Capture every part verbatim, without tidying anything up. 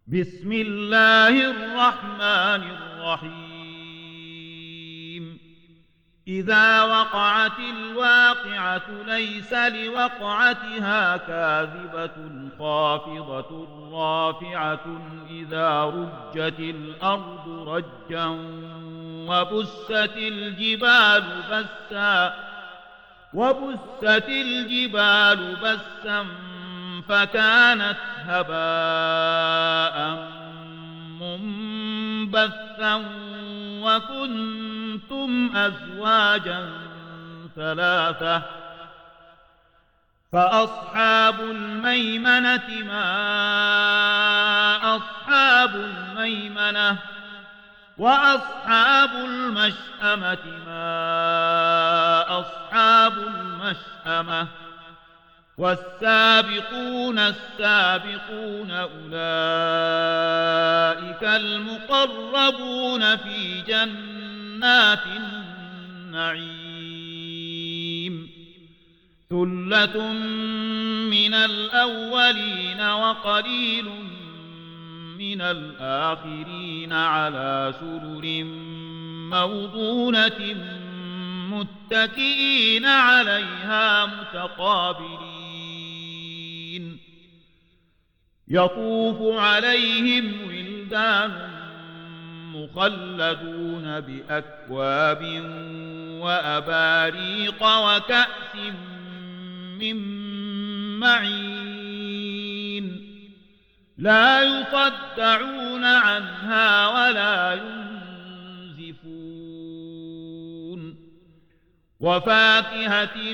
بسم الله الرحمن الرحيم إذا وقعت الواقعة ليس لوقعتها كاذبة خافضة رافعة إذا رجت الأرض رجا وبست الجبال بسا وبست الجبال بسا فكانت هباء منبثا وكنتم أزواجا ثلاثة فأصحاب الميمنة ما أصحاب الميمنة وأصحاب المشأمة ما أصحاب المشأمة والسابقون السابقون أولئك المقربون في جنات النعيم ثلة من الأولين وقليل من الآخرين على سرر موضونة متكئين عليها متقابلين يطوف عليهم ولدان مخلدون بأكواب وأباريق وكأس من معين لا يصدعون عنها ولا ينزفون وفاكهة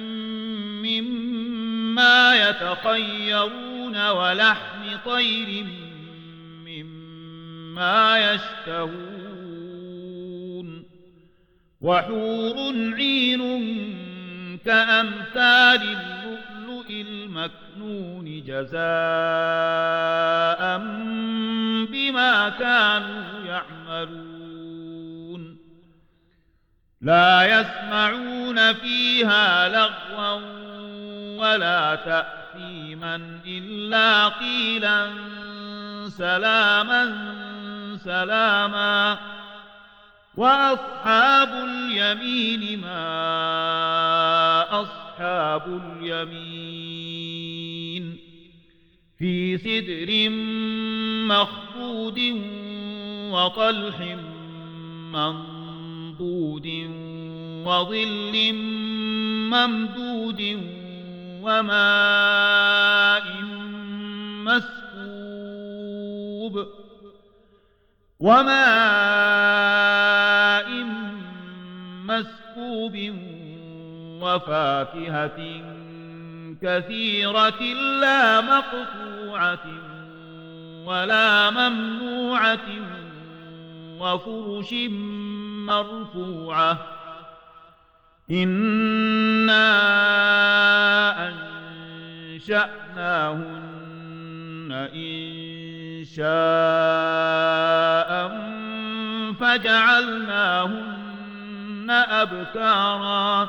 مما يتخيرون ولحم طير مما يشتهون وحور عين كأمثال اللؤلؤ المكنون جزاء بما كانوا يعملون لا يسمعون فيها لغوا ولا تأثيما إلا قيلا سلاما سلاما وأصحاب اليمين ما أصحاب اليمين في سدر مخضود وطلح منضود وظل ممدود وماء مسكوب وماء مسكوب وفاكهة كثيرة لا مقطوعة ولا ممنوعة وفرش مرفوعة إنا أنشأناهن إن شاء فجعلناهن أبكارا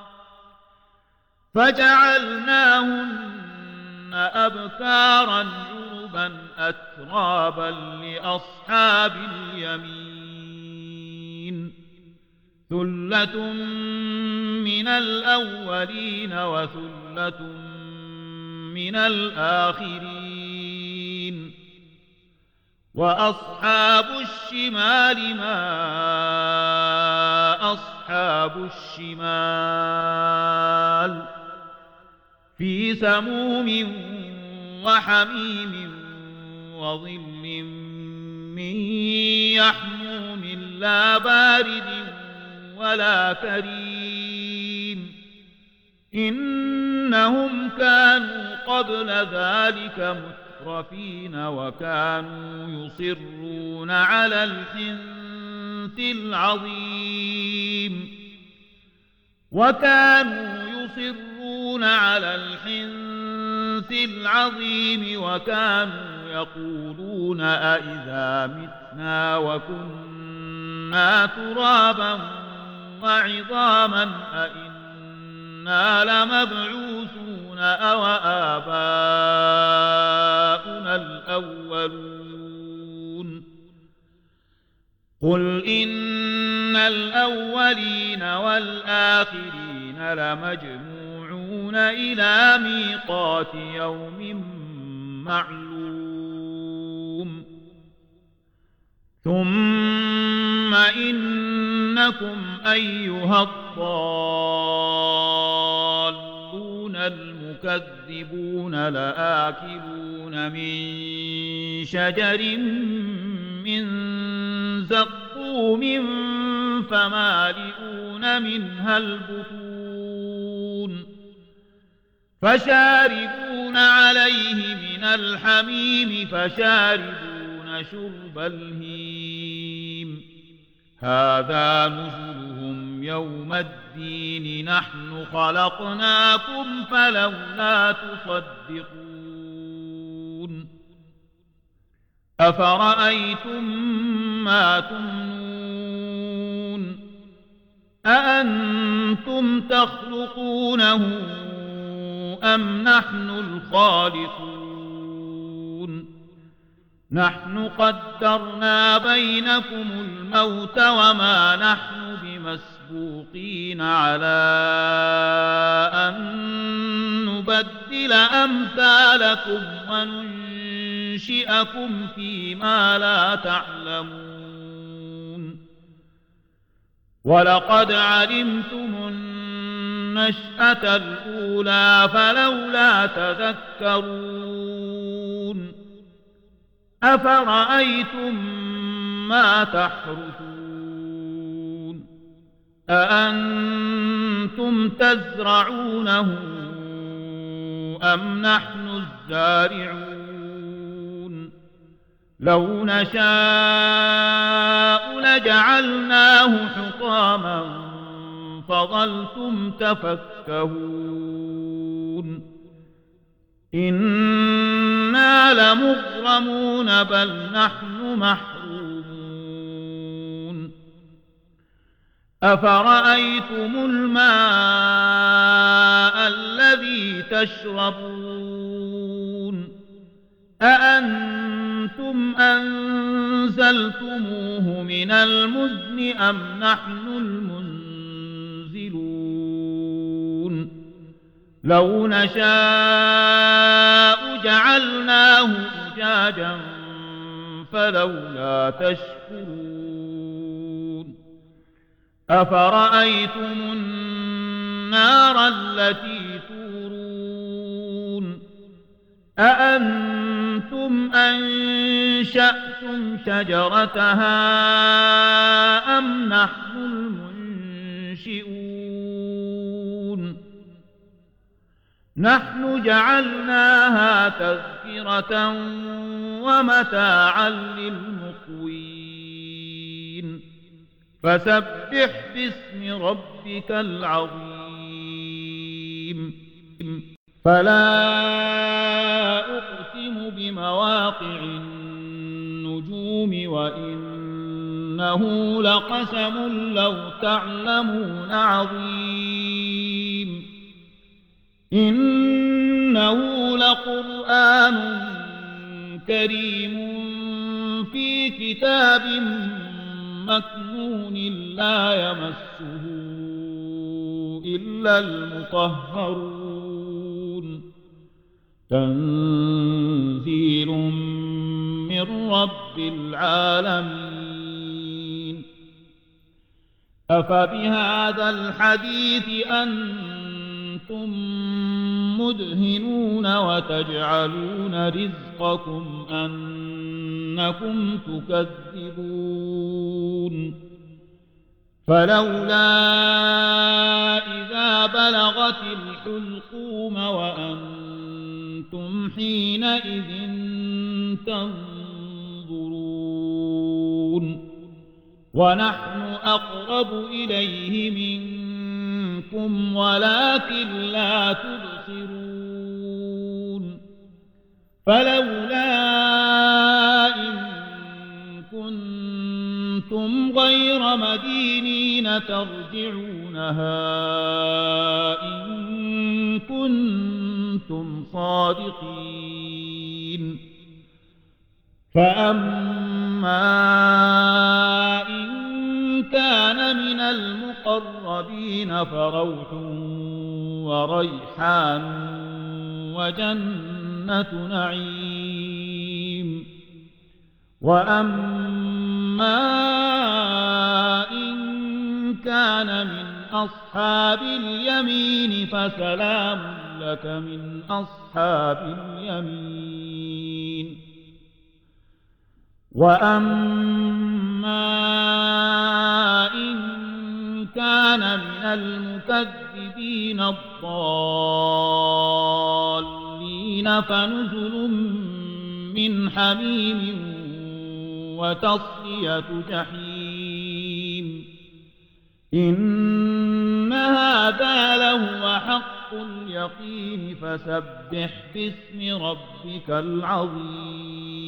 فجعلناهن أبكارا عربا أترابا لأصحاب اليمين ثلة من الأولين وثلة من الآخرين وأصحاب الشمال ما أصحاب الشمال في سموم وحميم وظل من يحموم لا بارد ولا كريم إنهم كانوا قبل ذلك مترفين وكانوا يصرون على الحنث العظيم وكانوا يصرون على الحنث العظيم وكانوا يقولون أئذا متنا وكنا ترابا وعظاما أئنا لمبعوثون أو آباؤنا الأولون قل إن الأولين والآخرين لمجموعون إلى ميقات يوم معلوم ثم إنكم أيها الضالون المكذبون لآكلون من شجر من زقوم فمالئون منها البطون فشاربون عليه من الحميم فشاربون شرب الهيم هذا نزلهم يوم الدين نحن خلقناكم فلولا تصدقون أفرأيتم ما تمنون أأنتم تخلقونه أم نحن الخالقون نحن قدرنا بينكم الموت وما نحن بمسبوقين على أن نبدل أمثالكم وننشئكم فيما لا تعلمون ولقد علمتم النشأة الأولى فلولا تذكرون أفرأيتم ما تحرثون أأنتم تزرعونه أم نحن الزارعون لو نشاء لجعلناه حطاما فظلتم تفكهون إنا لمغرمون بل نحن محرومون أفرأيتم الماء الذي تشربون أأنتم أنزلتموه من المزن أم نحن المنزلون لو نشاء جعلناه أجاجا فلولا تشكرون أفرأيتم النار التي تورون أأنتم أنشأتم شجرتها أم نحن المنشئون نحن جعلناها تذكرة ومتاعا للمقوين فسبح باسم ربك العظيم فلا أقسم بمواقع النجوم وإنه لقسم لو تعلمون عظيم إنه لقرآن كريم في كتاب مكنون لا يمسه إلا المطهرون تنزيل من رب العالمين أفبهذا الحديث أنتم مدهنون وتجعلون رزقكم أنكم تكذبون فلولا إذا بلغت الحلقوم وأنتم حينئذ تنظرون ونحن أقرب إليه منكم ولكن لا تبصرون فلولا إن كنتم غير مدينين ترجعونها إن كنتم صادقين فأما إن كان من المقربين فروح وريحان وجنة نعيم وأما إن كان من أصحاب اليمين فسلام لك من أصحاب اليمين وأما إن كان من المكذبين الضالين فنزل من حميم وتصلية جحيم إن هذا لهو حق اليقين فسبح باسم ربك العظيم